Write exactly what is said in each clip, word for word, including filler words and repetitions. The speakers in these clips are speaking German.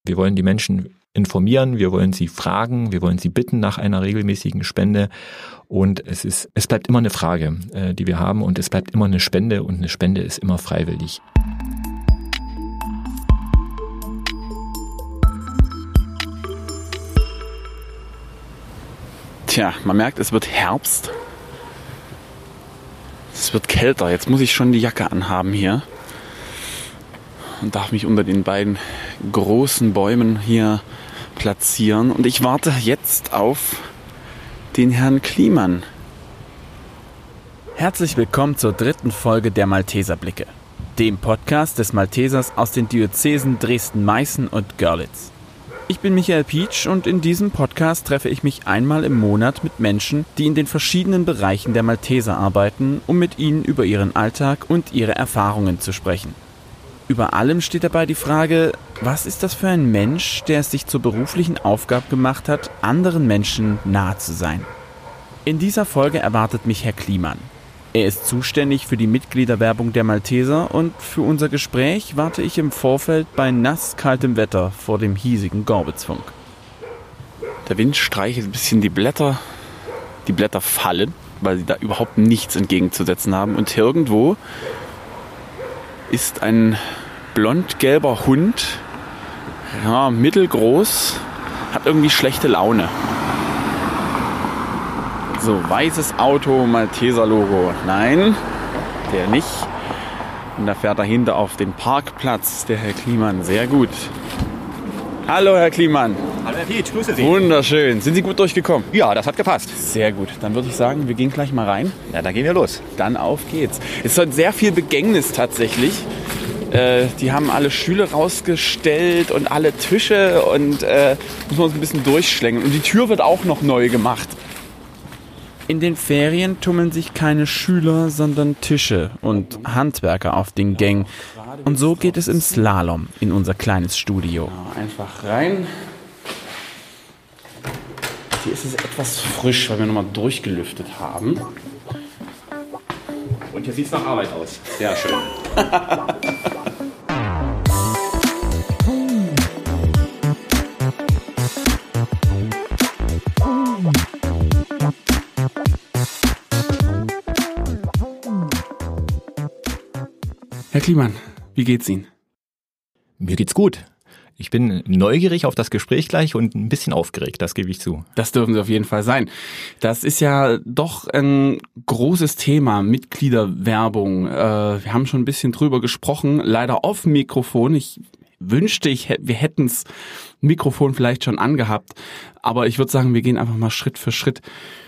Wir wollen die Menschen informieren, wir wollen sie fragen, wir wollen sie bitten nach einer regelmäßigen Spende und es ist, es bleibt immer eine Frage, äh, die wir haben und es bleibt immer eine Spende und eine Spende ist immer freiwillig. Tja, man merkt, es wird Herbst. Es wird kälter. Jetzt muss ich schon die Jacke anhaben hier und darf mich unter den beiden großen Bäumen hier platzieren. Und ich warte jetzt auf den Herrn Kliemann. Herzlich willkommen zur dritten Folge der Malteserblicke, dem Podcast des Maltesers aus den Diözesen Dresden-Meißen und Görlitz. Ich bin Michael Pietsch und in diesem Podcast treffe ich mich einmal im Monat mit Menschen, die in den verschiedenen Bereichen der Malteser arbeiten, um mit ihnen über ihren Alltag und ihre Erfahrungen zu sprechen. Über allem steht dabei die Frage, was ist das für ein Mensch, der es sich zur beruflichen Aufgabe gemacht hat, anderen Menschen nahe zu sein? In dieser Folge erwartet mich Herr Kliemann. Er ist zuständig für die Mitgliederwerbung der Malteser und für unser Gespräch warte ich im Vorfeld bei nasskaltem Wetter vor dem hiesigen Gorbitzfunk. Der Wind streichelt ein bisschen die Blätter. Die Blätter fallen, weil sie da überhaupt nichts entgegenzusetzen haben. Und irgendwo ist ein blond-gelber Hund, ja, mittelgroß, hat irgendwie schlechte Laune. So, weißes Auto, Malteser-Logo. Nein, der nicht. Und da fährt dahinter auf den Parkplatz der Herr Kliemann. Sehr gut. Hallo, Herr Kliemann. Hallo, Herr Pietsch, grüße Sie. Wunderschön. Sind Sie gut durchgekommen? Ja, das hat gepasst. Sehr gut. Dann würde ich sagen, wir gehen gleich mal rein. Ja, dann gehen wir los. Dann auf geht's. Es ist heute sehr viel Begängnis tatsächlich. Äh, die haben alle Stühle rausgestellt und alle Tische und äh, müssen wir uns ein bisschen durchschlängeln. Und die Tür wird auch noch neu gemacht. In den Ferien tummeln sich keine Schüler, sondern Tische und Handwerker auf den Gängen. Und so geht es im Slalom in unser kleines Studio. Ja, einfach rein. Hier ist es etwas frisch, weil wir nochmal durchgelüftet haben. Und hier sieht es nach Arbeit aus. Sehr schön. Herr Kliemann, wie geht's Ihnen? Mir geht's gut. Ich bin neugierig auf das Gespräch gleich und ein bisschen aufgeregt, das gebe ich zu. Das dürfen Sie auf jeden Fall sein. Das ist ja doch ein großes Thema, Mitgliederwerbung. Äh, wir haben schon ein bisschen drüber gesprochen, leider auf dem Mikrofon. Ich wünschte, ich, wir hätten das Mikrofon vielleicht schon angehabt. Aber ich würde sagen, wir gehen einfach mal Schritt für Schritt.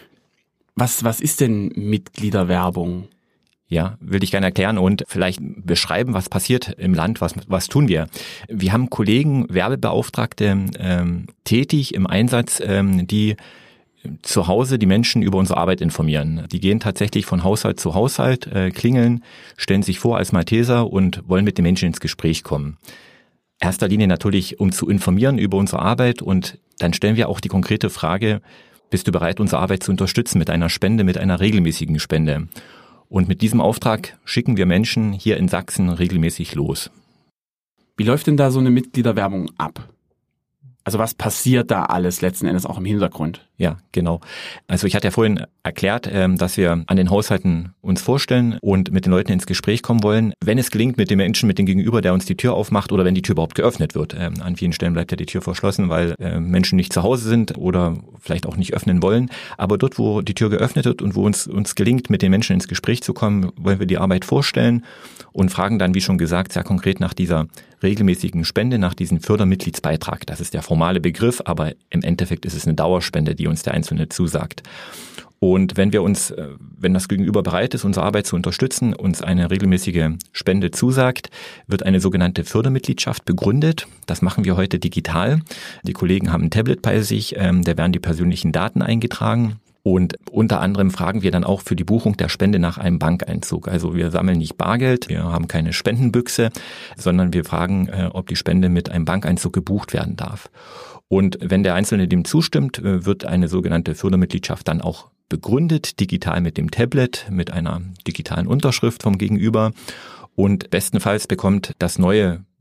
Was, was ist denn Mitgliederwerbung? Ja, will ich gerne erklären und vielleicht beschreiben, was passiert im Land, was, was tun wir. Wir haben Kollegen, Werbebeauftragte ähm, tätig im Einsatz, ähm, die zu Hause die Menschen über unsere Arbeit informieren. Die gehen tatsächlich von Haushalt zu Haushalt, äh, klingeln, stellen sich vor als Malteser und wollen mit den Menschen ins Gespräch kommen. Erster Linie natürlich, um zu informieren über unsere Arbeit und dann stellen wir auch die konkrete Frage, bist du bereit, unsere Arbeit zu unterstützen mit einer Spende, mit einer regelmäßigen Spende? Und mit diesem Auftrag schicken wir Menschen hier in Sachsen regelmäßig los. Wie läuft denn da so eine Mitgliederwerbung ab? Also was passiert da alles letzten Endes auch im Hintergrund? Ja, genau. Also ich hatte ja vorhin erklärt, dass wir an den Haushalten uns vorstellen und mit den Leuten ins Gespräch kommen wollen. Wenn es gelingt mit dem Menschen, mit dem Gegenüber, der uns die Tür aufmacht oder wenn die Tür überhaupt geöffnet wird. An vielen Stellen bleibt ja die Tür verschlossen, weil Menschen nicht zu Hause sind oder vielleicht auch nicht öffnen wollen. Aber dort, wo die Tür geöffnet wird und wo uns, uns gelingt, mit den Menschen ins Gespräch zu kommen, wollen wir die Arbeit vorstellen und fragen dann, wie schon gesagt, sehr konkret nach dieser regelmäßigen Spende, nach diesem Fördermitgliedsbeitrag. Das ist der formale Begriff, aber im Endeffekt ist es eine Dauerspende, die uns der Einzelne zusagt. Und wenn wir uns, wenn das Gegenüber bereit ist, unsere Arbeit zu unterstützen, uns eine regelmäßige Spende zusagt, wird eine sogenannte Fördermitgliedschaft begründet. Das machen wir heute digital. Die Kollegen haben ein Tablet bei sich, da werden die persönlichen Daten eingetragen. Und unter anderem fragen wir dann auch für die Buchung der Spende nach einem Bankeinzug. Also wir sammeln nicht Bargeld, wir haben keine Spendenbüchse, sondern wir fragen, ob die Spende mit einem Bankeinzug gebucht werden darf. Und wenn der Einzelne dem zustimmt, wird eine sogenannte Fördermitgliedschaft dann auch begründet, digital mit dem Tablet, mit einer digitalen Unterschrift vom Gegenüber. Und bestenfalls bekommt das neue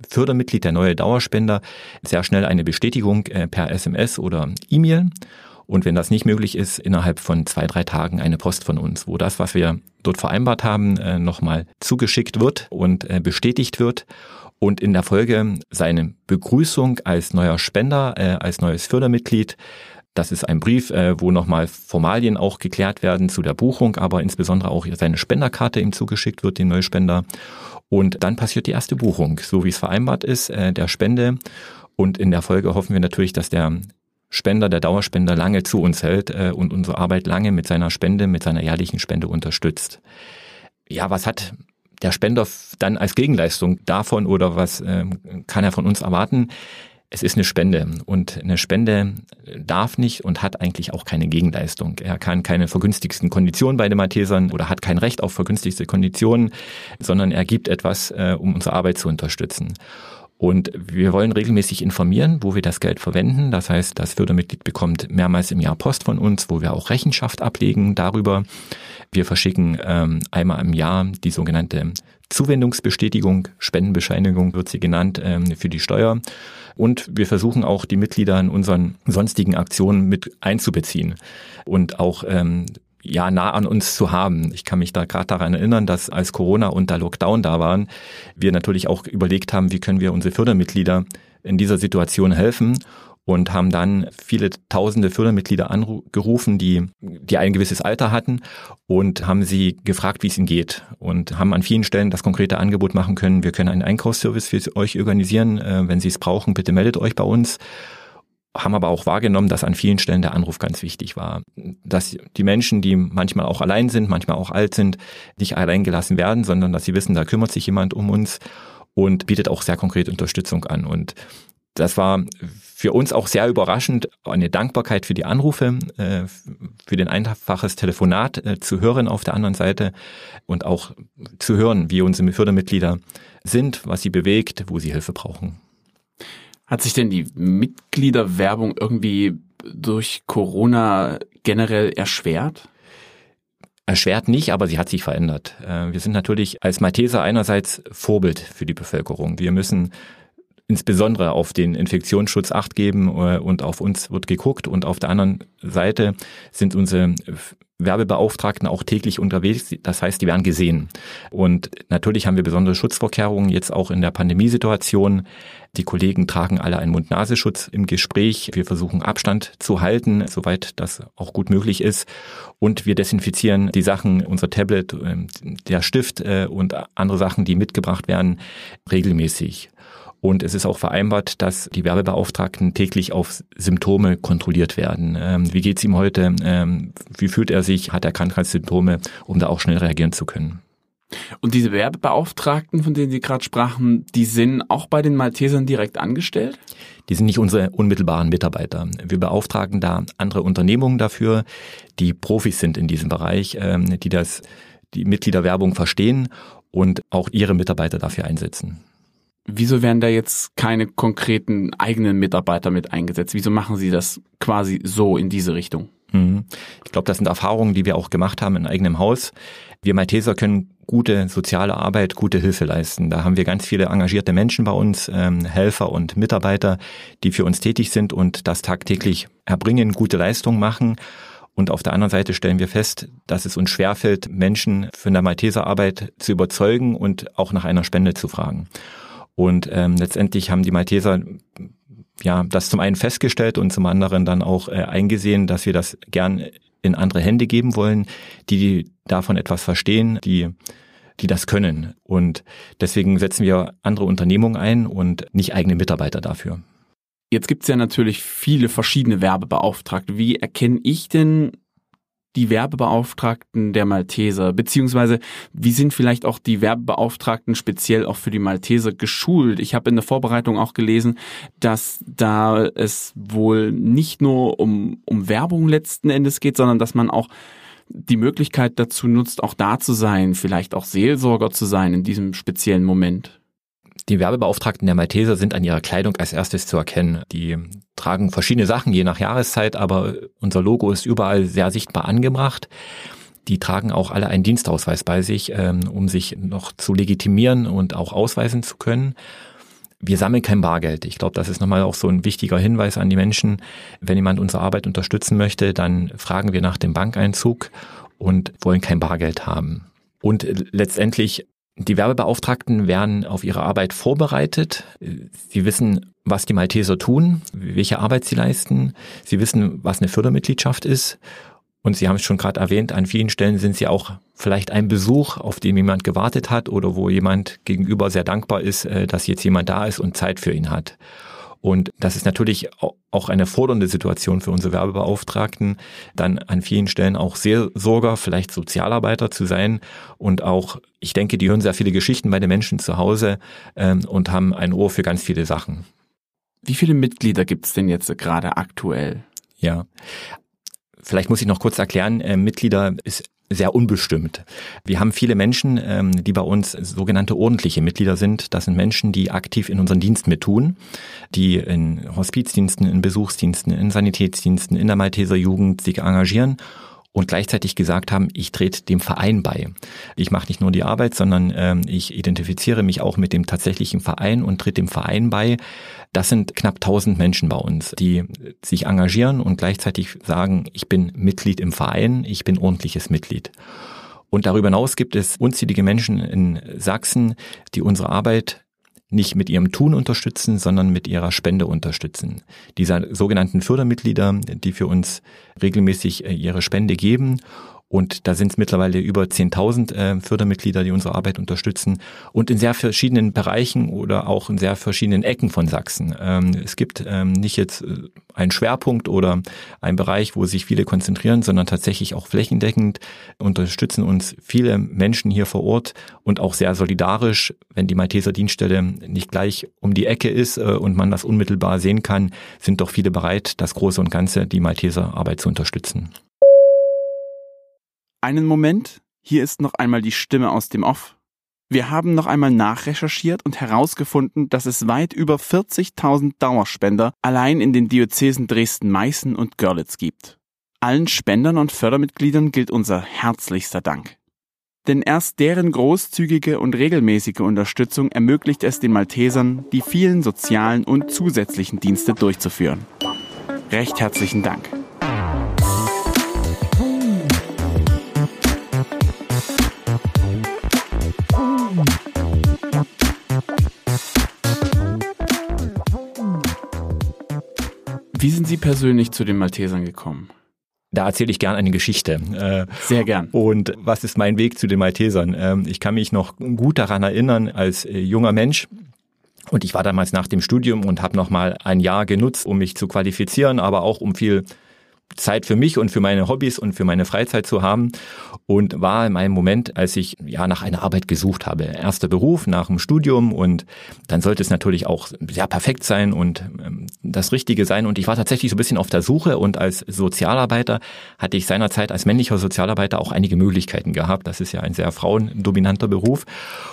Fördermitglied, der neue Dauerspender, sehr schnell eine Bestätigung per S M S oder E-Mail. Und wenn das nicht möglich ist, innerhalb von zwei, drei Tagen eine Post von uns, wo das, was wir dort vereinbart haben, nochmal zugeschickt wird und bestätigt wird. Und in der Folge seine Begrüßung als neuer Spender, als neues Fördermitglied. Das ist ein Brief, wo nochmal Formalien auch geklärt werden zu der Buchung, aber insbesondere auch seine Spenderkarte ihm zugeschickt wird, den Neuspender. Und dann passiert die erste Buchung, so wie es vereinbart ist, der Spende. Und in der Folge hoffen wir natürlich, dass der Spender, der Dauerspender lange zu uns hält und unsere Arbeit lange mit seiner Spende, mit seiner jährlichen Spende unterstützt. Ja, was hat der Spender dann als Gegenleistung davon oder was kann er von uns erwarten? Es ist eine Spende und eine Spende darf nicht und hat eigentlich auch keine Gegenleistung. Er kann keine vergünstigsten Konditionen bei den Maltesern oder hat kein Recht auf vergünstigste Konditionen, sondern er gibt etwas, um unsere Arbeit zu unterstützen. Und wir wollen regelmäßig informieren, wo wir das Geld verwenden. Das heißt, das Fördermitglied bekommt mehrmals im Jahr Post von uns, wo wir auch Rechenschaft ablegen darüber. Wir verschicken ähm, einmal im Jahr die sogenannte Zuwendungsbestätigung, Spendenbescheinigung wird sie genannt, ähm, für die Steuer. Und wir versuchen auch, die Mitglieder in unseren sonstigen Aktionen mit einzubeziehen und auch ähm, ja nah an uns zu haben. Ich kann mich da gerade daran erinnern, dass als Corona und der Lockdown da waren, wir natürlich auch überlegt haben, wie können wir unsere Fördermitglieder in dieser Situation helfen und haben dann viele tausende Fördermitglieder angerufen, die die ein gewisses Alter hatten und haben sie gefragt, wie es ihnen geht und haben an vielen Stellen das konkrete Angebot machen können. Wir können einen Einkaufsservice für euch organisieren. Wenn Sie es brauchen, bitte meldet euch bei uns. Haben aber auch wahrgenommen, dass an vielen Stellen der Anruf ganz wichtig war. Dass die Menschen, die manchmal auch allein sind, manchmal auch alt sind, nicht allein gelassen werden, sondern dass sie wissen, da kümmert sich jemand um uns und bietet auch sehr konkrete Unterstützung an. Und das war für uns auch sehr überraschend, eine Dankbarkeit für die Anrufe, für den einfaches Telefonat zu hören auf der anderen Seite und auch zu hören, wie unsere Fördermitglieder sind, was sie bewegt, wo sie Hilfe brauchen. Hat sich denn die Mitgliederwerbung irgendwie durch Corona generell erschwert? Erschwert nicht, aber sie hat sich verändert. Wir sind natürlich als Malteser einerseits Vorbild für die Bevölkerung. Wir müssen insbesondere auf den Infektionsschutz Acht geben und auf uns wird geguckt. Und auf der anderen Seite sind unsere Werbebeauftragten auch täglich unterwegs. Das heißt, die werden gesehen. Und natürlich haben wir besondere Schutzvorkehrungen jetzt auch in der Pandemiesituation. Die Kollegen tragen alle einen Mund-Nasenschutz im Gespräch. Wir versuchen Abstand zu halten, soweit das auch gut möglich ist. Und wir desinfizieren die Sachen, unser Tablet, der Stift und andere Sachen, die mitgebracht werden, regelmäßig. Und es ist auch vereinbart, dass die Werbebeauftragten täglich auf Symptome kontrolliert werden. Ähm, wie geht's ihm heute? Ähm, wie fühlt er sich? Hat er Krankheitssymptome, um da auch schnell reagieren zu können? Und diese Werbebeauftragten, von denen Sie gerade sprachen, die sind auch bei den Maltesern direkt angestellt? Die sind nicht unsere unmittelbaren Mitarbeiter. Wir beauftragen da andere Unternehmungen dafür, die Profis sind in diesem Bereich, ähm, die das, die Mitgliederwerbung verstehen und auch ihre Mitarbeiter dafür einsetzen. Wieso werden da jetzt keine konkreten eigenen Mitarbeiter mit eingesetzt? Wieso machen Sie das quasi so in diese Richtung? Ich glaube, das sind Erfahrungen, die wir auch gemacht haben in eigenem Haus. Wir Malteser können gute soziale Arbeit, gute Hilfe leisten. Da haben wir ganz viele engagierte Menschen bei uns, ähm, Helfer und Mitarbeiter, die für uns tätig sind und das tagtäglich erbringen, gute Leistungen machen. Und auf der anderen Seite stellen wir fest, dass es uns schwerfällt, Menschen von der Malteserarbeit zu überzeugen und auch nach einer Spende zu fragen. Und ähm, letztendlich haben die Malteser ja das zum einen festgestellt und zum anderen dann auch äh, eingesehen, dass wir das gern in andere Hände geben wollen, die davon etwas verstehen, die die das können. Und deswegen setzen wir andere Unternehmungen ein und nicht eigene Mitarbeiter dafür. Jetzt gibt es ja natürlich viele verschiedene Werbebeauftragte. Wie erkenne ich denn die Werbebeauftragten der Malteser? Beziehungsweise wie sind vielleicht auch die Werbebeauftragten speziell auch für die Malteser geschult? Ich habe in der Vorbereitung auch gelesen, dass da es wohl nicht nur um, um Werbung letzten Endes geht, sondern dass man auch die Möglichkeit dazu nutzt, auch da zu sein, vielleicht auch Seelsorger zu sein in diesem speziellen Moment. Die Werbebeauftragten der Malteser sind an ihrer Kleidung als erstes zu erkennen. Die tragen verschiedene Sachen, je nach Jahreszeit, aber unser Logo ist überall sehr sichtbar angebracht. Die tragen auch alle einen Dienstausweis bei sich, um sich noch zu legitimieren und auch ausweisen zu können. Wir sammeln kein Bargeld. Ich glaube, das ist nochmal auch so ein wichtiger Hinweis an die Menschen. Wenn jemand unsere Arbeit unterstützen möchte, dann fragen wir nach dem Bankeinzug und wollen kein Bargeld haben. Und letztendlich, die Werbebeauftragten werden auf ihre Arbeit vorbereitet. Sie wissen, was die Malteser tun, welche Arbeit sie leisten. Sie wissen, was eine Fördermitgliedschaft ist. Und Sie haben es schon gerade erwähnt, an vielen Stellen sind Sie auch vielleicht ein Besuch, auf den jemand gewartet hat oder wo jemand gegenüber sehr dankbar ist, dass jetzt jemand da ist und Zeit für ihn hat. Und das ist natürlich auch eine fordernde Situation für unsere Werbebeauftragten, dann an vielen Stellen auch Seelsorger, vielleicht Sozialarbeiter zu sein. Und auch, ich denke, die hören sehr viele Geschichten bei den Menschen zu Hause ähm, und haben ein Ohr für ganz viele Sachen. Wie viele Mitglieder gibt es denn jetzt gerade aktuell? Ja, vielleicht muss ich noch kurz erklären, äh, Mitglieder ist sehr unbestimmt. Wir haben viele Menschen, ähm, die bei uns sogenannte ordentliche Mitglieder sind. Das sind Menschen, die aktiv in unseren Dienst mit tun, die in Hospizdiensten, in Besuchsdiensten, in Sanitätsdiensten, in der Malteser Jugend sich engagieren und gleichzeitig gesagt haben, ich trete dem Verein bei. Ich mache nicht nur die Arbeit, sondern ähm, ich identifiziere mich auch mit dem tatsächlichen Verein und trete dem Verein bei. Das sind knapp tausend Menschen bei uns, die sich engagieren und gleichzeitig sagen, ich bin Mitglied im Verein, ich bin ordentliches Mitglied. Und darüber hinaus gibt es unzählige Menschen in Sachsen, die unsere Arbeit nicht mit ihrem Tun unterstützen, sondern mit ihrer Spende unterstützen. Diese sogenannten Fördermitglieder, die für uns regelmäßig ihre Spende geben. Und da sind es mittlerweile über zehntausend äh, Fördermitglieder, die unsere Arbeit unterstützen und in sehr verschiedenen Bereichen oder auch in sehr verschiedenen Ecken von Sachsen. Ähm, es gibt ähm, nicht jetzt äh, einen Schwerpunkt oder einen Bereich, wo sich viele konzentrieren, sondern tatsächlich auch flächendeckend unterstützen uns viele Menschen hier vor Ort und auch sehr solidarisch, wenn die Malteser Dienststelle nicht gleich um die Ecke ist äh, und man das unmittelbar sehen kann, sind doch viele bereit, das Große und Ganze, die Malteser Arbeit zu unterstützen. Einen Moment, hier ist noch einmal die Stimme aus dem Off. Wir haben noch einmal nachrecherchiert und herausgefunden, dass es weit über vierzigtausend Dauerspender allein in den Diözesen Dresden-Meißen und Görlitz gibt. Allen Spendern und Fördermitgliedern gilt unser herzlichster Dank. Denn erst deren großzügige und regelmäßige Unterstützung ermöglicht es den Maltesern, die vielen sozialen und zusätzlichen Dienste durchzuführen. Recht herzlichen Dank. Wie sind Sie persönlich zu den Maltesern gekommen? Da erzähle ich gern eine Geschichte. Sehr gern. Und was ist mein Weg zu den Maltesern? Ich kann mich noch gut daran erinnern, als junger Mensch. Und ich war damals nach dem Studium und habe noch mal ein Jahr genutzt, um mich zu qualifizieren, aber auch um viel Zeit für mich und für meine Hobbys und für meine Freizeit zu haben und war in einem Moment, als ich ja nach einer Arbeit gesucht habe. Erster Beruf nach dem Studium und dann sollte es natürlich auch sehr perfekt sein und ähm, das Richtige sein und ich war tatsächlich so ein bisschen auf der Suche und als Sozialarbeiter hatte ich seinerzeit als männlicher Sozialarbeiter auch einige Möglichkeiten gehabt. Das ist ja ein sehr frauendominanter Beruf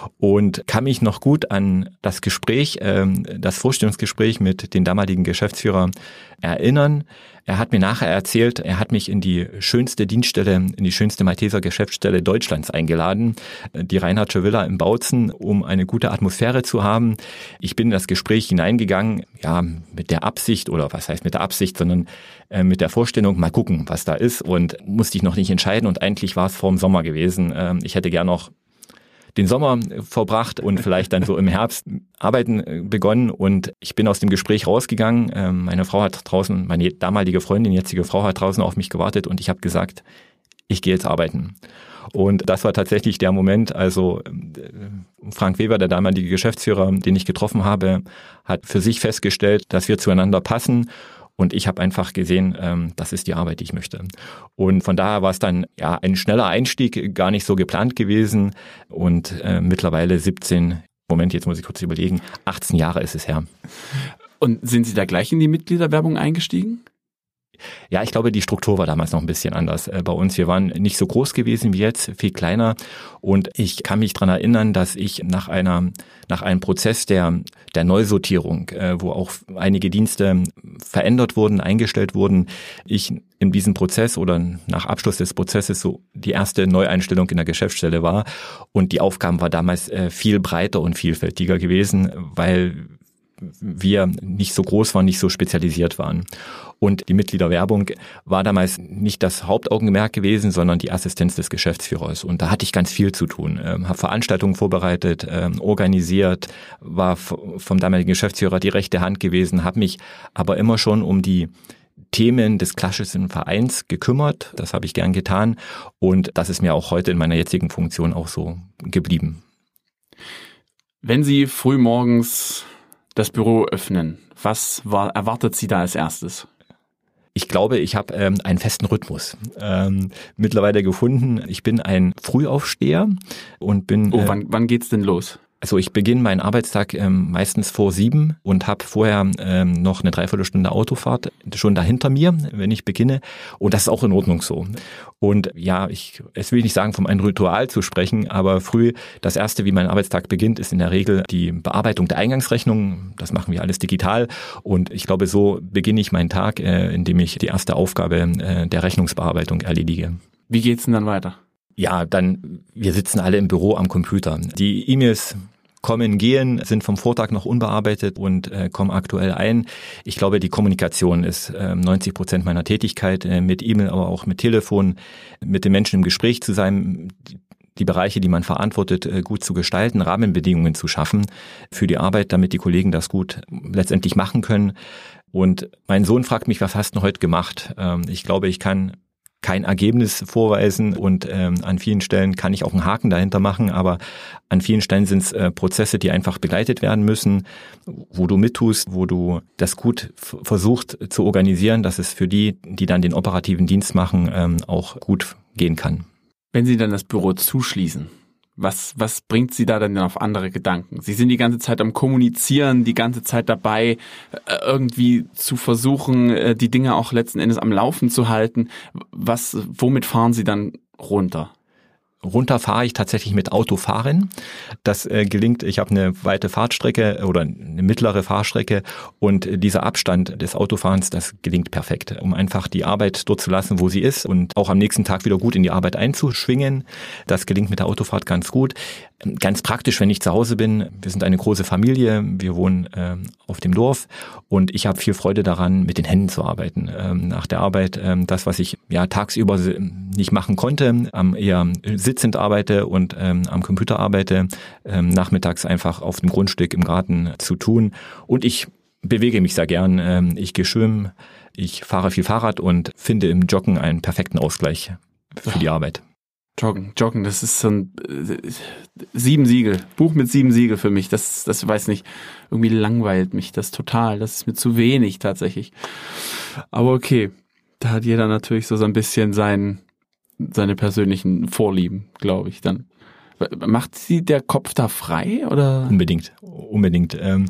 und kann mich noch gut an das Gespräch, ähm, das Vorstellungsgespräch mit dem damaligen Geschäftsführer erinnern. Er hat mir nachher erzählt, er hat mich in die schönste Dienststelle, in die schönste Malteser Geschäftsstelle Deutschlands eingeladen, die Reinhardsche Villa in Bautzen, um eine gute Atmosphäre zu haben. Ich bin in das Gespräch hineingegangen, ja, mit der Absicht, oder was heißt mit der Absicht, sondern äh, mit der Vorstellung, mal gucken, was da ist und musste ich noch nicht entscheiden und eigentlich war es vor dem Sommer gewesen. Ähm, ich hätte gern noch den Sommer verbracht und vielleicht dann so im Herbst arbeiten begonnen und ich bin aus dem Gespräch rausgegangen. Meine Frau hat draußen, meine damalige Freundin, jetzige Frau hat draußen auf mich gewartet und ich habe gesagt, ich gehe jetzt arbeiten. Und das war tatsächlich der Moment, also Frank Weber, der damalige Geschäftsführer, den ich getroffen habe, hat für sich festgestellt, dass wir zueinander passen. Und ich habe einfach gesehen, ähm, das ist die Arbeit, die ich möchte. Und von daher war es dann ja ein schneller Einstieg, gar nicht so geplant gewesen. Und äh, mittlerweile siebzehn, Moment, jetzt muss ich kurz überlegen, achtzehn Jahre ist es her. Und sind Sie da gleich in die Mitgliederwerbung eingestiegen? Ja, ich glaube, die Struktur war damals noch ein bisschen anders bei uns. Wir waren nicht so groß gewesen wie jetzt, viel kleiner. Und ich kann mich dran erinnern, dass ich nach einer, nach einem Prozess der, der Neusortierung, wo auch einige Dienste verändert wurden, eingestellt wurden, ich in diesem Prozess oder nach Abschluss des Prozesses so die erste Neueinstellung in der Geschäftsstelle war. Und die Aufgaben war damals viel breiter und vielfältiger gewesen, weil wir nicht so groß waren, nicht so spezialisiert waren. Und die Mitgliederwerbung war damals nicht das Hauptaugenmerk gewesen, sondern die Assistenz des Geschäftsführers. Und da hatte ich ganz viel zu tun. Ähm, habe Veranstaltungen vorbereitet, ähm, organisiert, war f- vom damaligen Geschäftsführer die rechte Hand gewesen, habe mich aber immer schon um die Themen des klassischen Vereins gekümmert. Das habe ich gern getan. Und das ist mir auch heute in meiner jetzigen Funktion auch so geblieben. Wenn Sie frühmorgens das Büro öffnen, was war, erwartet Sie da als erstes? Ich glaube, ich habe ähm, einen festen Rhythmus ähm, mittlerweile gefunden. Ich bin ein Frühaufsteher und bin... Oh, äh, wann, wann geht's denn los? Also ich beginne meinen Arbeitstag ähm, meistens vor sieben und habe vorher ähm, noch eine Dreiviertelstunde Autofahrt schon dahinter mir, wenn ich beginne. Und das ist auch in Ordnung so. Und ja, ich, es will ich nicht sagen, von einem Ritual zu sprechen, aber früh das Erste, wie mein Arbeitstag beginnt, ist in der Regel die Bearbeitung der Eingangsrechnung. Das machen wir alles digital. Und ich glaube, so beginne ich meinen Tag, äh, indem ich die erste Aufgabe äh, der Rechnungsbearbeitung erledige. Wie geht's denn dann weiter? Ja, dann, wir sitzen alle im Büro am Computer. Die E-Mails kommen, gehen, sind vom Vortag noch unbearbeitet und äh, kommen aktuell ein. Ich glaube, die Kommunikation ist äh, neunzig Prozent meiner Tätigkeit, äh, mit E-Mail, aber auch mit Telefon, mit den Menschen im Gespräch zu sein, die, die Bereiche, die man verantwortet, äh, gut zu gestalten, Rahmenbedingungen zu schaffen für die Arbeit, damit die Kollegen das gut letztendlich machen können. Und mein Sohn fragt mich, was hast du heute gemacht? Ähm, ich glaube, ich kann kein Ergebnis vorweisen und ähm, an vielen Stellen kann ich auch einen Haken dahinter machen, aber an vielen Stellen sind es äh, Prozesse, die einfach begleitet werden müssen, wo du mittust, wo du das gut f- versucht zu organisieren, dass es für die, die dann den operativen Dienst machen, ähm, auch gut gehen kann. Wenn Sie dann das Büro zuschließen, was, was bringt Sie da dann auf andere Gedanken? Sie sind die ganze Zeit am Kommunizieren, die ganze Zeit dabei, irgendwie zu versuchen, die Dinge auch letzten Endes am Laufen zu halten. Was, womit fahren Sie dann runter? Runter fahre ich tatsächlich mit Autofahren. Das äh, gelingt, ich habe eine weite Fahrtstrecke oder eine mittlere Fahrstrecke und äh, dieser Abstand des Autofahrens, das gelingt perfekt, um einfach die Arbeit dort zu lassen, wo sie ist und auch am nächsten Tag wieder gut in die Arbeit einzuschwingen. Das gelingt mit der Autofahrt ganz gut. Ganz praktisch, wenn ich zu Hause bin, wir sind eine große Familie, wir wohnen äh, auf dem Dorf und ich habe viel Freude daran, mit den Händen zu arbeiten. Ähm, nach der Arbeit, ähm, das, was ich ja tagsüber nicht machen konnte, am eher sitzend arbeite und ähm, am Computer arbeite, ähm, nachmittags einfach auf dem Grundstück im Garten zu tun. Und ich bewege mich sehr gern. Ähm, ich gehe schwimmen, ich fahre viel Fahrrad und finde im Joggen einen perfekten Ausgleich für oh. die Arbeit. Joggen, Joggen, das ist so ein äh, sieben Siegel, Buch mit sieben Siegel für mich. Das, das weiß nicht, irgendwie langweilt mich das total. Das ist mir zu wenig tatsächlich. Aber okay, da hat jeder natürlich so, so ein bisschen sein, seine persönlichen Vorlieben, glaube ich dann. Macht Sie der Kopf da frei oder? Unbedingt, unbedingt. Ähm,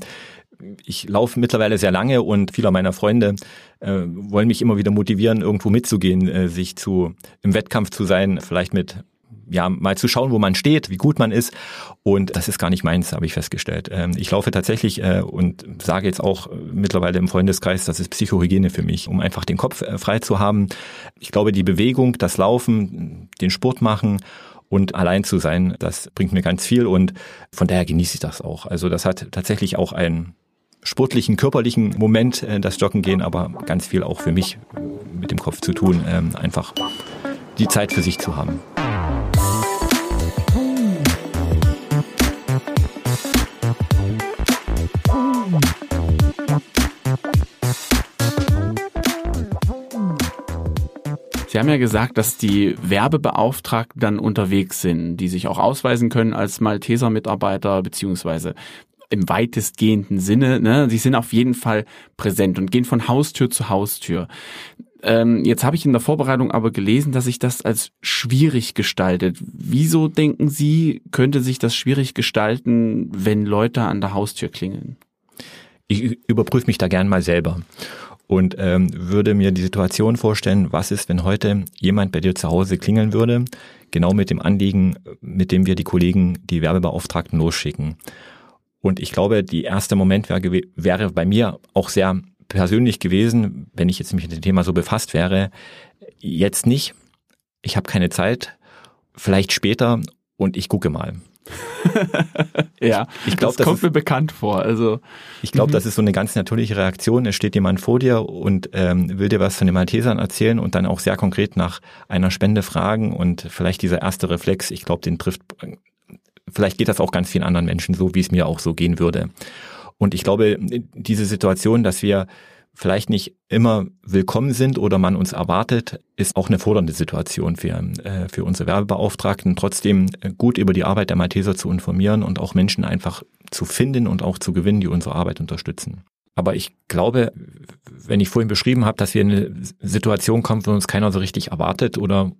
Ich laufe mittlerweile sehr lange und viele meiner Freunde äh, wollen mich immer wieder motivieren, irgendwo mitzugehen, äh, sich zu im Wettkampf zu sein, vielleicht mit ja mal zu schauen, wo man steht, wie gut man ist. Und das ist gar nicht meins, habe ich festgestellt. Ähm, ich laufe tatsächlich äh, und sage jetzt auch mittlerweile im Freundeskreis, das ist Psychohygiene für mich, um einfach den Kopf äh, frei zu haben. Ich glaube, die Bewegung, das Laufen, den Sport machen und allein zu sein, das bringt mir ganz viel und von daher genieße ich das auch. Also das hat tatsächlich auch einen sportlichen, körperlichen Moment, das Joggen gehen, aber ganz viel auch für mich mit dem Kopf zu tun, einfach die Zeit für sich zu haben. Sie haben ja gesagt, dass die Werbebeauftragten dann unterwegs sind, die sich auch ausweisen können als Malteser-Mitarbeiter beziehungsweise im weitestgehenden Sinne, ne? Sie sind auf jeden Fall präsent und gehen von Haustür zu Haustür. Ähm, jetzt habe ich in der Vorbereitung aber gelesen, dass sich das als schwierig gestaltet. Wieso denken Sie, könnte sich das schwierig gestalten, wenn Leute an der Haustür klingeln? Ich überprüfe mich da gern mal selber und ähm, würde mir die Situation vorstellen, was ist, wenn heute jemand bei dir zu Hause klingeln würde, genau mit dem Anliegen, mit dem wir die Kollegen, die Werbebeauftragten losschicken. Und ich glaube, die erste Moment wäre, wäre bei mir auch sehr persönlich gewesen, wenn ich jetzt mich mit dem Thema so befasst wäre. Jetzt nicht, ich habe keine Zeit, vielleicht später und ich gucke mal. Ja, ich glaube, das, das kommt ist, mir bekannt vor. Also ich glaube, mhm. das ist so eine ganz natürliche Reaktion. Es steht jemand vor dir und ähm, will dir was von den Maltesern erzählen und dann auch sehr konkret nach einer Spende fragen und vielleicht dieser erste Reflex, ich glaube, den trifft, vielleicht geht das auch ganz vielen anderen Menschen so, wie es mir auch so gehen würde. Und ich glaube, diese Situation, dass wir vielleicht nicht immer willkommen sind oder man uns erwartet, ist auch eine fordernde Situation für, äh, für unsere Werbebeauftragten, trotzdem gut über die Arbeit der Malteser zu informieren und auch Menschen einfach zu finden und auch zu gewinnen, die unsere Arbeit unterstützen. Aber ich glaube, wenn ich vorhin beschrieben habe, dass wir in eine Situation kommen, wo uns keiner so richtig erwartet oder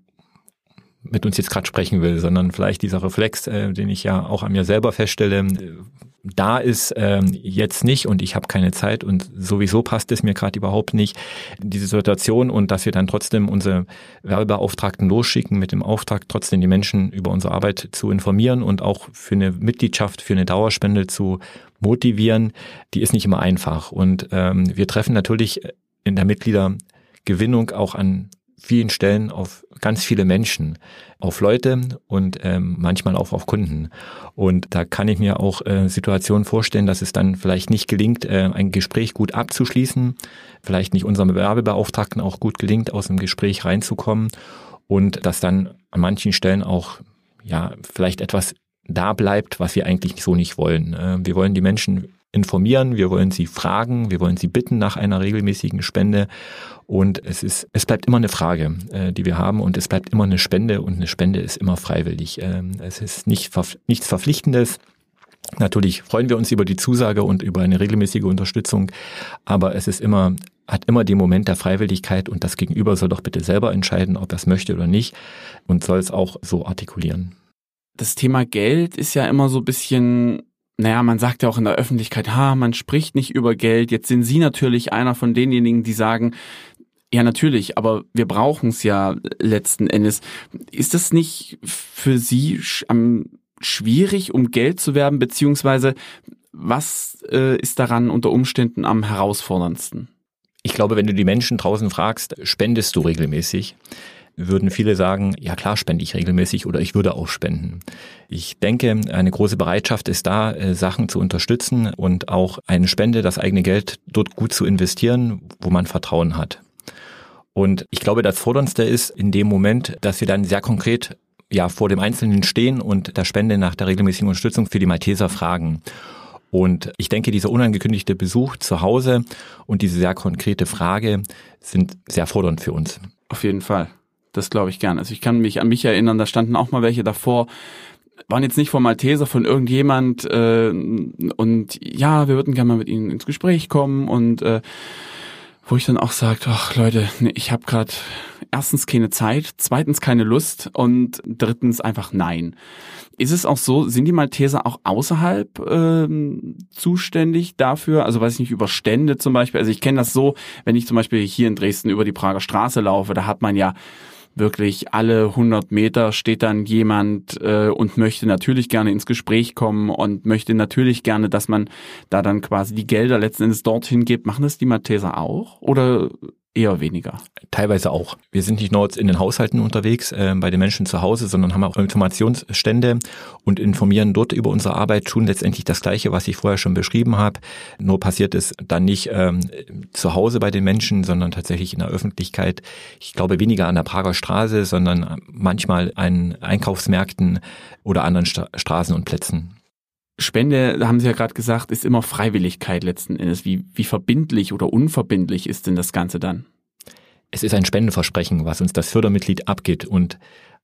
mit uns jetzt gerade sprechen will, sondern vielleicht dieser Reflex, äh, den ich ja auch an mir selber feststelle, äh, da ist äh, jetzt nicht und ich habe keine Zeit und sowieso passt es mir gerade überhaupt nicht, diese Situation, und dass wir dann trotzdem unsere Werbebeauftragten losschicken mit dem Auftrag, trotzdem die Menschen über unsere Arbeit zu informieren und auch für eine Mitgliedschaft, für eine Dauerspende zu motivieren, die ist nicht immer einfach. Und ähm, wir treffen natürlich in der Mitgliedergewinnung auch an vielen Stellen auf ganz viele Menschen, auf Leute und ähm, manchmal auch auf Kunden. Und da kann ich mir auch äh, Situationen vorstellen, dass es dann vielleicht nicht gelingt, äh, ein Gespräch gut abzuschließen, vielleicht nicht unserem Werbebeauftragten auch gut gelingt, aus dem Gespräch reinzukommen und dass dann an manchen Stellen auch ja vielleicht etwas da bleibt, was wir eigentlich so nicht wollen. Äh, wir wollen die Menschen informieren, wir wollen sie fragen, wir wollen sie bitten nach einer regelmäßigen Spende und es ist, es bleibt immer eine Frage, äh, die wir haben und es bleibt immer eine Spende und eine Spende ist immer freiwillig. Ähm, es ist nicht, nichts Verpflichtendes. Natürlich freuen wir uns über die Zusage und über eine regelmäßige Unterstützung, aber es ist immer, hat immer den Moment der Freiwilligkeit und das Gegenüber soll doch bitte selber entscheiden, ob er es möchte oder nicht und soll es auch so artikulieren. Das Thema Geld ist ja immer so ein bisschen, naja, man sagt ja auch in der Öffentlichkeit, ha, man spricht nicht über Geld. Jetzt sind Sie natürlich einer von denjenigen, die sagen, ja natürlich, aber wir brauchen es ja letzten Endes. Ist das nicht für Sie am schwierig, um Geld zu werben, beziehungsweise was äh, ist daran unter Umständen am herausforderndsten? Ich glaube, wenn du die Menschen draußen fragst, spendest du regelmäßig, würden viele sagen, ja klar spende ich regelmäßig oder ich würde auch spenden. Ich denke, eine große Bereitschaft ist da, Sachen zu unterstützen und auch eine Spende, das eigene Geld dort gut zu investieren, wo man Vertrauen hat. Und ich glaube, das Forderndste ist in dem Moment, dass wir dann sehr konkret ja vor dem Einzelnen stehen und der Spende nach der regelmäßigen Unterstützung für die Malteser fragen. Und ich denke, dieser unangekündigte Besuch zu Hause und diese sehr konkrete Frage sind sehr fordernd für uns. Auf jeden Fall. Das glaube ich gern. Also ich kann mich an mich erinnern, da standen auch mal welche davor, waren jetzt nicht vom Malteser, von irgendjemand äh, und ja, wir würden gerne mal mit Ihnen ins Gespräch kommen und äh, wo ich dann auch sage, ach Leute, nee, ich habe gerade erstens keine Zeit, zweitens keine Lust und drittens einfach nein. Ist es auch so, sind die Malteser auch außerhalb ähm, zuständig dafür? Also weiß ich nicht, über Stände zum Beispiel. Also ich kenne das so, wenn ich zum Beispiel hier in Dresden über die Prager Straße laufe, da hat man ja wirklich alle hundert Meter steht dann jemand äh, und möchte natürlich gerne ins Gespräch kommen und möchte natürlich gerne, dass man da dann quasi die Gelder letzten Endes dorthin gibt. Machen das die Malteser auch oder eher weniger? Teilweise auch. Wir sind nicht nur in den Haushalten unterwegs, äh, bei den Menschen zu Hause, sondern haben auch Informationsstände und informieren dort über unsere Arbeit, tun letztendlich das Gleiche, was ich vorher schon beschrieben habe. Nur passiert es dann nicht ähm, zu Hause bei den Menschen, sondern tatsächlich in der Öffentlichkeit. Ich glaube weniger an der Prager Straße, sondern manchmal an Einkaufsmärkten oder anderen Sta- Straßen und Plätzen. Spende, da haben Sie ja gerade gesagt, ist immer Freiwilligkeit letzten Endes. Wie, wie verbindlich oder unverbindlich ist denn das Ganze dann? Es ist ein Spendenversprechen, was uns das Fördermitglied abgibt. Und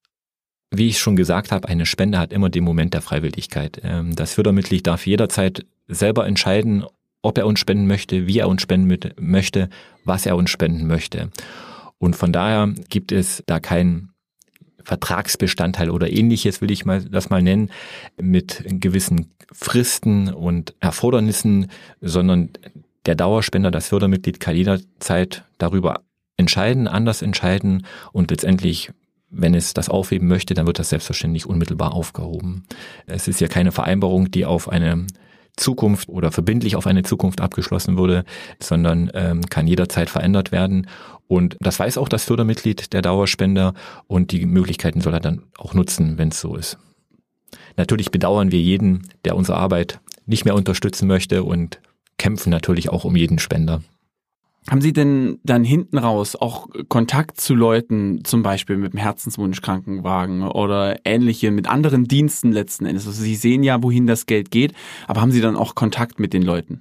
wie ich schon gesagt habe, eine Spende hat immer den Moment der Freiwilligkeit. Das Fördermitglied darf jederzeit selber entscheiden, ob er uns spenden möchte, wie er uns spenden möchte, was er uns spenden möchte. Und von daher gibt es da keinen Vertragsbestandteil oder ähnliches, will ich mal das mal nennen, mit gewissen Fristen und Erfordernissen, sondern der Dauerspender, das Fördermitglied kann jederzeit darüber entscheiden, anders entscheiden und letztendlich, wenn es das aufheben möchte, dann wird das selbstverständlich unmittelbar aufgehoben. Es ist ja keine Vereinbarung, die auf eine Zukunft oder verbindlich auf eine Zukunft abgeschlossen wurde, sondern ähm, kann jederzeit verändert werden. Und das weiß auch das Fördermitglied, der Dauerspender, und die Möglichkeiten soll er dann auch nutzen, wenn es so ist. natürlich bedauern wir jeden, der unsere Arbeit nicht mehr unterstützen möchte und kämpfen natürlich auch um jeden Spender. Haben Sie denn dann hinten raus auch Kontakt zu Leuten, zum Beispiel mit dem Herzenswunsch-Krankenwagen oder ähnliche, mit anderen Diensten letzten Endes? Also Sie sehen ja, wohin das Geld geht, aber haben Sie dann auch Kontakt mit den Leuten?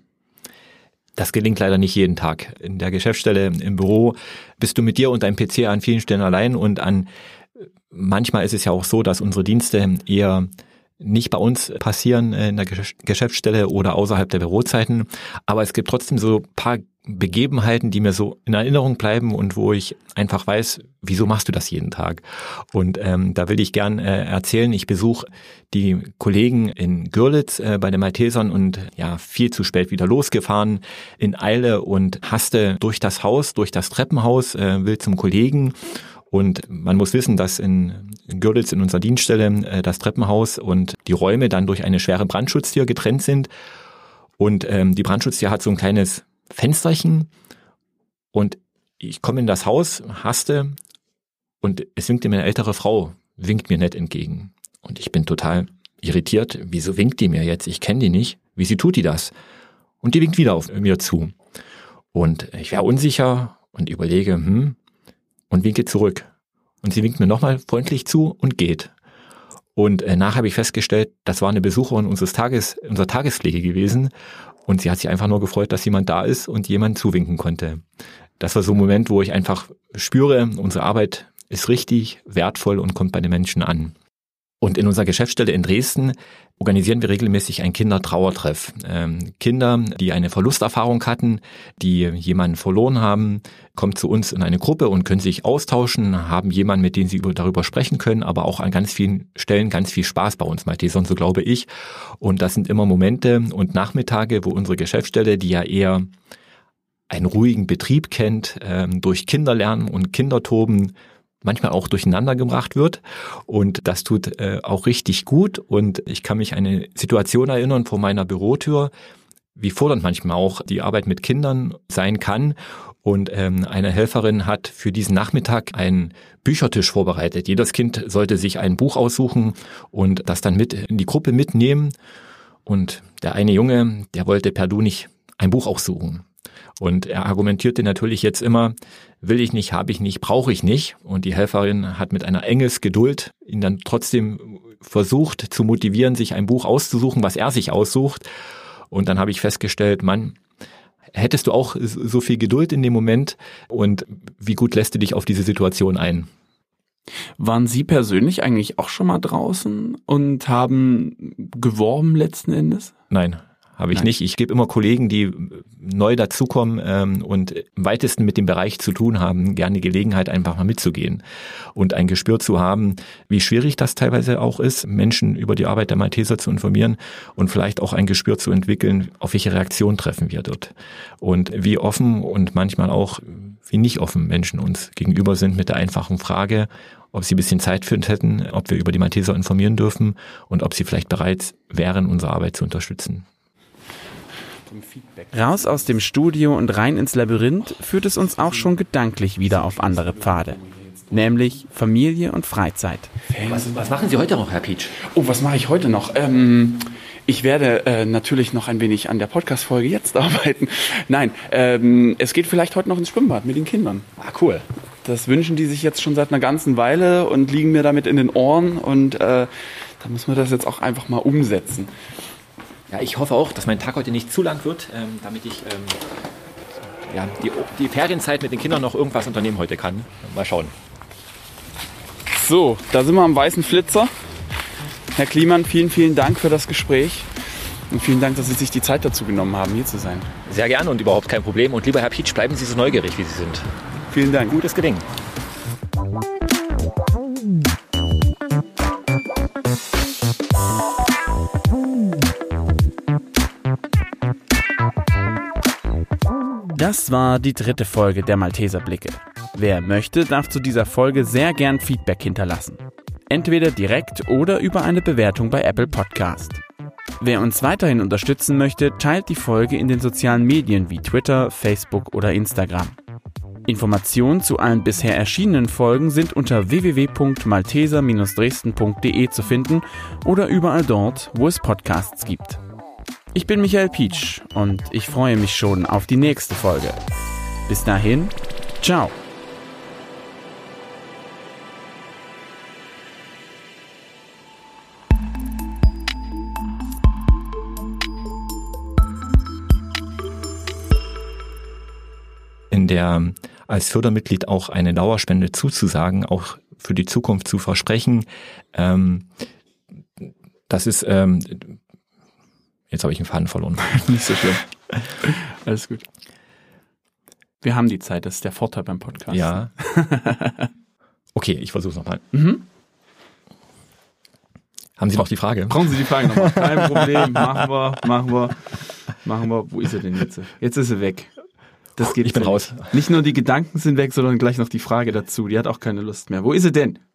Das gelingt leider nicht jeden Tag. In der Geschäftsstelle, im Büro bist du mit dir und deinem P C an vielen Stellen allein und an manchmal ist es ja auch so, dass unsere Dienste eher nicht bei uns passieren in der Geschäftsstelle oder außerhalb der Bürozeiten, aber es gibt trotzdem so ein paar Begebenheiten, die mir so in Erinnerung bleiben und wo ich einfach weiß, wieso machst du das jeden Tag? Und ähm, da will ich gern äh, erzählen, ich besuche die Kollegen in Görlitz äh, bei den Maltesern und ja, viel zu spät wieder losgefahren in Eile und haste durch das Haus, durch das Treppenhaus, äh, will zum Kollegen. Und man muss wissen, dass in Görlitz in unserer Dienststelle äh, das Treppenhaus und die Räume dann durch eine schwere Brandschutztür getrennt sind. Und ähm, die Brandschutztür hat so ein kleines Fensterchen und ich komme in das Haus, haste und es winkt mir eine ältere Frau, winkt mir nett entgegen. Und ich bin total irritiert. Wieso winkt die mir jetzt? Ich kenne die nicht. Wieso tut die das? Und die winkt wieder auf mir zu. Und ich wäre unsicher und überlege, hm, und winke zurück. Und sie winkt mir nochmal freundlich zu und geht. Und äh, nachher habe ich festgestellt, das war eine Besucherin unseres Tages, unserer Tagespflege gewesen. Und sie hat sich einfach nur gefreut, dass jemand da ist und jemand zuwinken konnte. Das war so ein Moment, wo ich einfach spüre, unsere Arbeit ist richtig, wertvoll und kommt bei den Menschen an. Und in unserer Geschäftsstelle in Dresden organisieren wir regelmäßig einen Kindertrauertreff. Ähm, Kinder, die eine Verlusterfahrung hatten, die jemanden verloren haben, kommen zu uns in eine Gruppe und können sich austauschen, haben jemanden, mit dem sie über, darüber sprechen können, aber auch an ganz vielen Stellen ganz viel Spaß bei uns Maltesern, so glaube ich. Und das sind immer Momente und Nachmittage, wo unsere Geschäftsstelle, die ja eher einen ruhigen Betrieb kennt, ähm, durch Kinderlernen und Kindertoben, manchmal auch durcheinander gebracht wird und das tut äh, auch richtig gut und ich kann mich an eine Situation erinnern vor meiner Bürotür, wie fordernd manchmal auch die Arbeit mit Kindern sein kann und ähm, eine Helferin hat für diesen Nachmittag einen Büchertisch vorbereitet. Jedes Kind sollte sich ein Buch aussuchen und das dann mit in die Gruppe mitnehmen und der eine Junge, der wollte per Du nicht ein Buch aussuchen. Und er argumentierte natürlich jetzt immer, will ich nicht, habe ich nicht, brauche ich nicht. Und die Helferin hat mit einer Engelsgeduld ihn dann trotzdem versucht zu motivieren, sich ein Buch auszusuchen, was er sich aussucht. Und dann habe ich festgestellt, Mann, hättest du auch so viel Geduld in dem Moment und wie gut lässt du dich auf diese Situation ein? Waren Sie persönlich eigentlich auch schon mal draußen und haben geworben letzten Endes? Nein. Habe ich Nein. nicht. Ich gebe immer Kollegen, die neu dazukommen ähm, und im weitesten mit dem Bereich zu tun haben, gerne die Gelegenheit, einfach mal mitzugehen und ein Gespür zu haben, wie schwierig das teilweise auch ist, Menschen über die Arbeit der Malteser zu informieren und vielleicht auch ein Gespür zu entwickeln, auf welche Reaktion treffen wir dort. Und wie offen und manchmal auch wie nicht offen Menschen uns gegenüber sind mit der einfachen Frage, ob sie ein bisschen Zeit für uns hätten, ob wir über die Malteser informieren dürfen und ob sie vielleicht bereit wären, unsere Arbeit zu unterstützen. Raus aus dem Studio und rein ins Labyrinth führt es uns auch schon gedanklich wieder auf andere Pfade. Nämlich Familie und Freizeit. Was, was machen Sie heute noch, Herr Pietsch? Oh, was mache ich heute noch? Ähm, ich werde äh, natürlich noch ein wenig an der Podcast-Folge jetzt arbeiten. Nein, ähm, es geht vielleicht heute noch ins Schwimmbad mit den Kindern. Ah, cool. Das wünschen die sich jetzt schon seit einer ganzen Weile und liegen mir damit in den Ohren. Und äh, da muss man das jetzt auch einfach mal umsetzen. Ja, ich hoffe auch, dass mein Tag heute nicht zu lang wird, ähm, damit ich ähm, ja, die, die Ferienzeit mit den Kindern noch irgendwas unternehmen heute kann. Mal schauen. So, da sind wir am weißen Flitzer. Herr Kliemann, vielen, vielen Dank für das Gespräch und vielen Dank, dass Sie sich die Zeit dazu genommen haben, hier zu sein. Sehr gerne und überhaupt kein Problem. Und lieber Herr Pietsch, bleiben Sie so neugierig, wie Sie sind. Vielen Dank. Gutes Gelingen. Das war die dritte Folge der Malteser Blicke. Wer möchte, darf zu dieser Folge sehr gern Feedback hinterlassen. Entweder direkt oder über eine Bewertung bei Apple Podcast. Wer uns weiterhin unterstützen möchte, teilt die Folge in den sozialen Medien wie Twitter, Facebook oder Instagram. Informationen zu allen bisher erschienenen Folgen sind unter w w w punkt malteser Dresden punkt d e zu finden oder überall dort, wo es Podcasts gibt. Ich bin Michael Pietsch und ich freue mich schon auf die nächste Folge. Bis dahin, ciao! In der als Fördermitglied auch eine Dauerspende zuzusagen, auch für die Zukunft zu versprechen. Ähm, das ist, ähm, jetzt habe ich einen Faden verloren. Nicht so schlimm. Alles gut. Wir haben die Zeit, das ist der Vorteil beim Podcast. Ja. Okay, ich versuche es nochmal. Mhm. Haben Sie noch die Frage? Brauchen Sie die Frage nochmal? Kein Problem. Machen wir, machen wir, machen wir. Wo ist er denn jetzt? Jetzt ist er weg. Das geht ich bin so raus. Nicht nur die Gedanken sind weg, sondern gleich noch die Frage dazu. Die hat auch keine Lust mehr. Wo ist sie denn?